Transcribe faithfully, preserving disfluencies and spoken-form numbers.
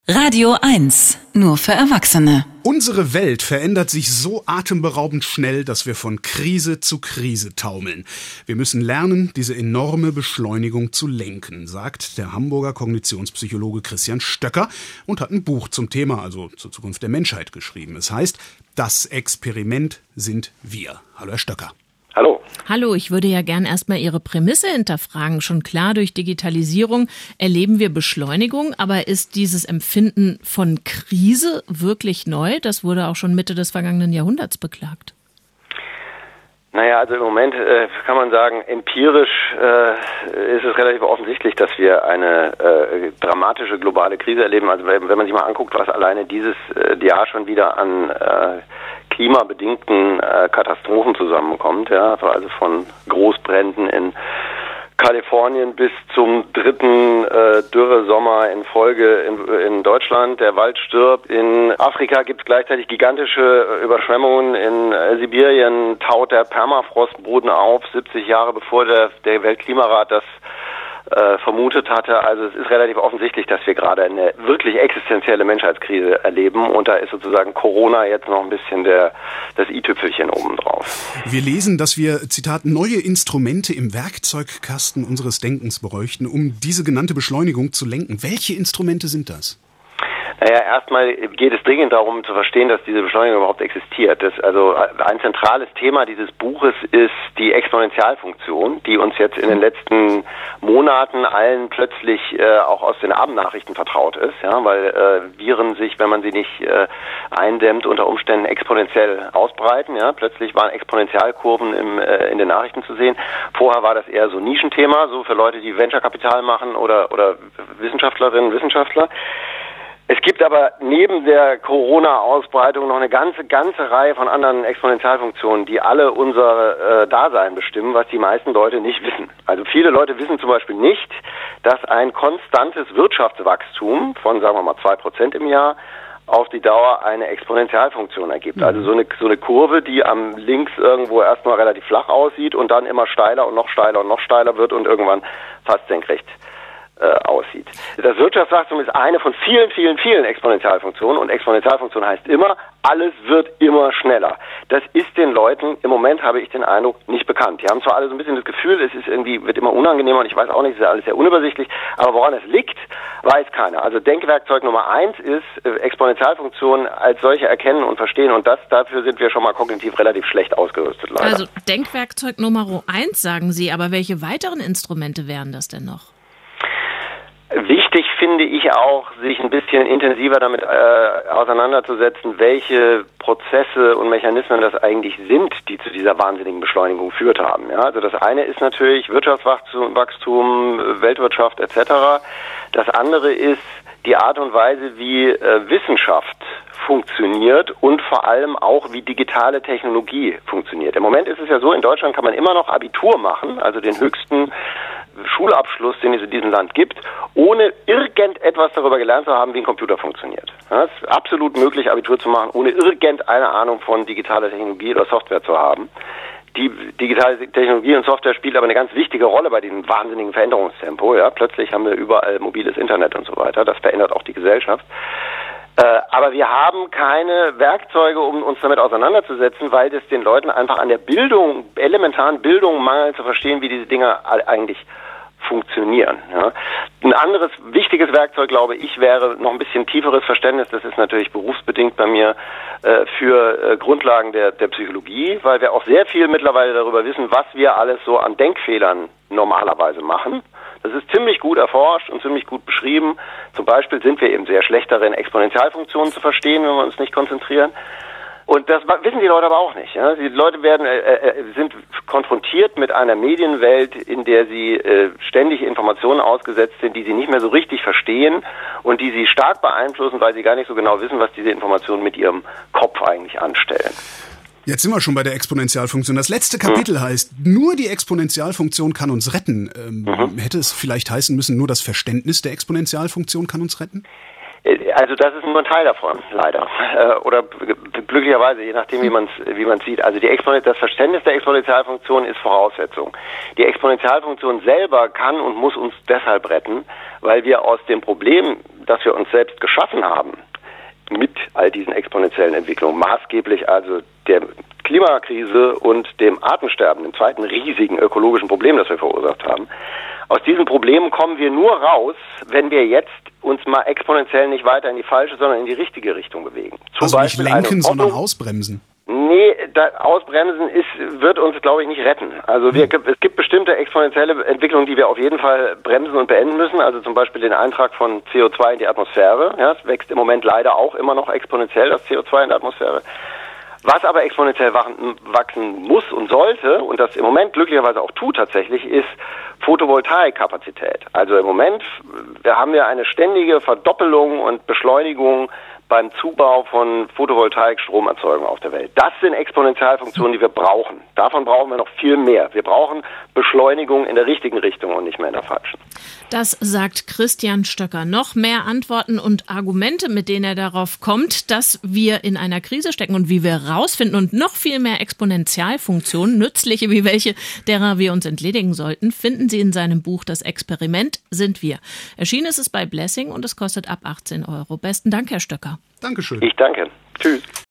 Radio eins, nur für Erwachsene. Unsere Welt verändert sich so atemberaubend schnell, dass wir von Krise zu Krise taumeln. Wir müssen lernen, diese enorme Beschleunigung zu lenken, sagt der Hamburger Kognitionspsychologe Christian Stöcker und hat ein Buch zum Thema, also zur Zukunft der Menschheit, geschrieben. Es heißt, das Experiment sind wir. Hallo, Herr Stöcker. Hallo. Hallo, ich würde ja gern erstmal Ihre Prämisse hinterfragen. Schon klar, durch Digitalisierung erleben wir Beschleunigung, aber ist dieses Empfinden von Krise wirklich neu? Das wurde auch schon Mitte des vergangenen Jahrhunderts beklagt. Naja, also im Moment äh, kann man sagen, empirisch äh, ist es relativ offensichtlich, dass wir eine äh, dramatische globale Krise erleben. Also wenn man sich mal anguckt, was alleine dieses äh, Jahr schon wieder an äh, klimabedingten äh, Katastrophen zusammenkommt, ja, also von Großbränden in Kalifornien bis zum dritten äh, Dürresommer in Folge in, in Deutschland. Der Wald stirbt. In Afrika gibt es gleichzeitig gigantische Überschwemmungen. In äh, Sibirien taut der Permafrostboden auf, siebzig Jahre bevor der, der Weltklimarat das äh, vermutet hatte. Also es ist relativ offensichtlich, dass wir gerade eine wirklich existenzielle Menschheitskrise erleben. Und da ist sozusagen Corona jetzt noch ein bisschen der das i-Tüpfelchen obendrauf. Wir lesen, dass wir, Zitat, neue Instrumente im Werkzeugkasten unseres Denkens bräuchten, um diese genannte Beschleunigung zu lenken. Welche Instrumente sind das? Naja, erstmal geht es dringend darum zu verstehen, dass diese Beschleunigung überhaupt existiert. Das, also ein zentrales Thema dieses Buches ist die Exponentialfunktion, die uns jetzt in den letzten Monaten allen plötzlich äh, auch aus den Abendnachrichten vertraut ist, ja, weil äh, Viren sich, wenn man sie nicht äh, eindämmt, unter Umständen exponentiell ausbreiten. Ja, plötzlich waren Exponentialkurven im, äh, in den Nachrichten zu sehen. Vorher war das eher so ein Nischenthema, so für Leute, die Venture-Kapital machen oder oder Wissenschaftlerinnen, Wissenschaftler. Es gibt aber neben der Corona-Ausbreitung noch eine ganze, ganze Reihe von anderen Exponentialfunktionen, die alle unser äh, Dasein bestimmen, was die meisten Leute nicht wissen. Also viele Leute wissen zum Beispiel nicht, dass ein konstantes Wirtschaftswachstum von, sagen wir mal, zwei Prozent im Jahr auf die Dauer eine Exponentialfunktion ergibt. Also so eine, so eine Kurve, die am links irgendwo erstmal relativ flach aussieht und dann immer steiler und noch steiler und noch steiler wird und irgendwann fast senkrecht aussieht. Das Wirtschaftswachstum ist eine von vielen, vielen, vielen Exponentialfunktionen und Exponentialfunktion heißt immer, alles wird immer schneller. Das ist den Leuten, im Moment habe ich den Eindruck, nicht bekannt. Die haben zwar alle so ein bisschen das Gefühl, es ist irgendwie, wird immer unangenehmer und ich weiß auch nicht, es ist alles sehr unübersichtlich, aber woran es liegt, weiß keiner. Also Denkwerkzeug Nummer eins ist Exponentialfunktionen als solche erkennen und verstehen und das, dafür sind wir schon mal kognitiv relativ schlecht ausgerüstet, leider. Also Denkwerkzeug Nummer eins sagen Sie, aber welche weiteren Instrumente wären das denn noch? Wichtig finde ich auch, sich ein bisschen intensiver damit äh, auseinanderzusetzen, welche Prozesse und Mechanismen das eigentlich sind, die zu dieser wahnsinnigen Beschleunigung geführt haben. Ja, also das eine ist natürlich Wirtschaftswachstum, Wachstum, Weltwirtschaft et cetera. Das andere ist die Art und Weise, wie äh, Wissenschaft funktioniert und vor allem auch, wie digitale Technologie funktioniert. Im Moment ist es ja so, in Deutschland kann man immer noch Abitur machen, also den höchsten Schulabschluss, den es in diesem Land gibt, ohne irgendetwas darüber gelernt zu haben, wie ein Computer funktioniert. Ja, es ist absolut möglich, Abitur zu machen, ohne irgendeine Ahnung von digitaler Technologie oder Software zu haben. Die digitale Technologie und Software spielt aber eine ganz wichtige Rolle bei diesem wahnsinnigen Veränderungstempo. Ja, plötzlich haben wir überall mobiles Internet und so weiter. Das verändert auch die Gesellschaft. Äh, aber wir haben keine Werkzeuge, um uns damit auseinanderzusetzen, weil das den Leuten einfach an der Bildung, elementaren Bildung mangelt, zu verstehen, wie diese Dinge eigentlich funktionieren. Ja. Ein anderes wichtiges Werkzeug, glaube ich, wäre noch ein bisschen tieferes Verständnis, das ist natürlich berufsbedingt bei mir, äh, für äh, Grundlagen der, der Psychologie, weil wir auch sehr viel mittlerweile darüber wissen, was wir alles so an Denkfehlern normalerweise machen. Das ist ziemlich gut erforscht und ziemlich gut beschrieben. Zum Beispiel sind wir eben sehr schlecht darin, Exponentialfunktionen zu verstehen, wenn wir uns nicht konzentrieren. Und das wissen die Leute aber auch nicht. Ja? Die Leute werden äh, äh, sind konfrontiert mit einer Medienwelt, in der sie äh, ständig Informationen ausgesetzt sind, die sie nicht mehr so richtig verstehen und die sie stark beeinflussen, weil sie gar nicht so genau wissen, was diese Informationen mit ihrem Kopf eigentlich anstellen. Jetzt sind wir schon bei der Exponentialfunktion. Das letzte Kapitel mhm. heißt, nur die Exponentialfunktion kann uns retten. Ähm, mhm. Hätte es vielleicht heißen müssen, nur das Verständnis der Exponentialfunktion kann uns retten? Also das ist nur ein Teil davon, leider. Oder glücklicherweise, je nachdem, wie man es wie man sieht. Also die Exponent, das Verständnis der Exponentialfunktion ist Voraussetzung. Die Exponentialfunktion selber kann und muss uns deshalb retten, weil wir aus dem Problem das wir uns selbst geschaffen haben, mit all diesen exponentiellen Entwicklungen, maßgeblich also der Klimakrise und dem Artensterben, dem zweiten riesigen ökologischen Problem, das wir verursacht haben. Aus diesen Problemen kommen wir nur raus, wenn wir jetzt uns mal exponentiell nicht weiter in die falsche, sondern in die richtige Richtung bewegen. Zum also Beispiel nicht lenken, eine sondern ausbremsen. Nee, da, ausbremsen ist, wird uns, glaube ich, nicht retten. Also wir, hm. es gibt bestimmte exponentielle Entwicklungen, die wir auf jeden Fall bremsen und beenden müssen. Also zum Beispiel den Eintrag von C O zwei in die Atmosphäre. Ja, es wächst im Moment leider auch immer noch exponentiell, das C O zwei in der Atmosphäre. Was aber exponentiell wachsen muss und sollte, und das im Moment glücklicherweise auch tut tatsächlich, ist Photovoltaikkapazität. Also im Moment wir haben wir eine ständige Verdoppelung und Beschleunigung beim Zubau von Photovoltaik-Stromerzeugung auf der Welt. Das sind Exponentialfunktionen, die wir brauchen. Davon brauchen wir noch viel mehr. Wir brauchen Beschleunigung in der richtigen Richtung und nicht mehr in der falschen. Das sagt Christian Stöcker. Noch mehr Antworten und Argumente, mit denen er darauf kommt, dass wir in einer Krise stecken und wie wir rausfinden und noch viel mehr Exponentialfunktionen, nützliche wie welche, derer wir uns entledigen sollten, finden Sie in seinem Buch Das Experiment sind wir. Erschienen ist es bei Blessing und es kostet ab achtzehn Euro. Besten Dank, Herr Stöcker. Dankeschön. Ich danke. Tschüss.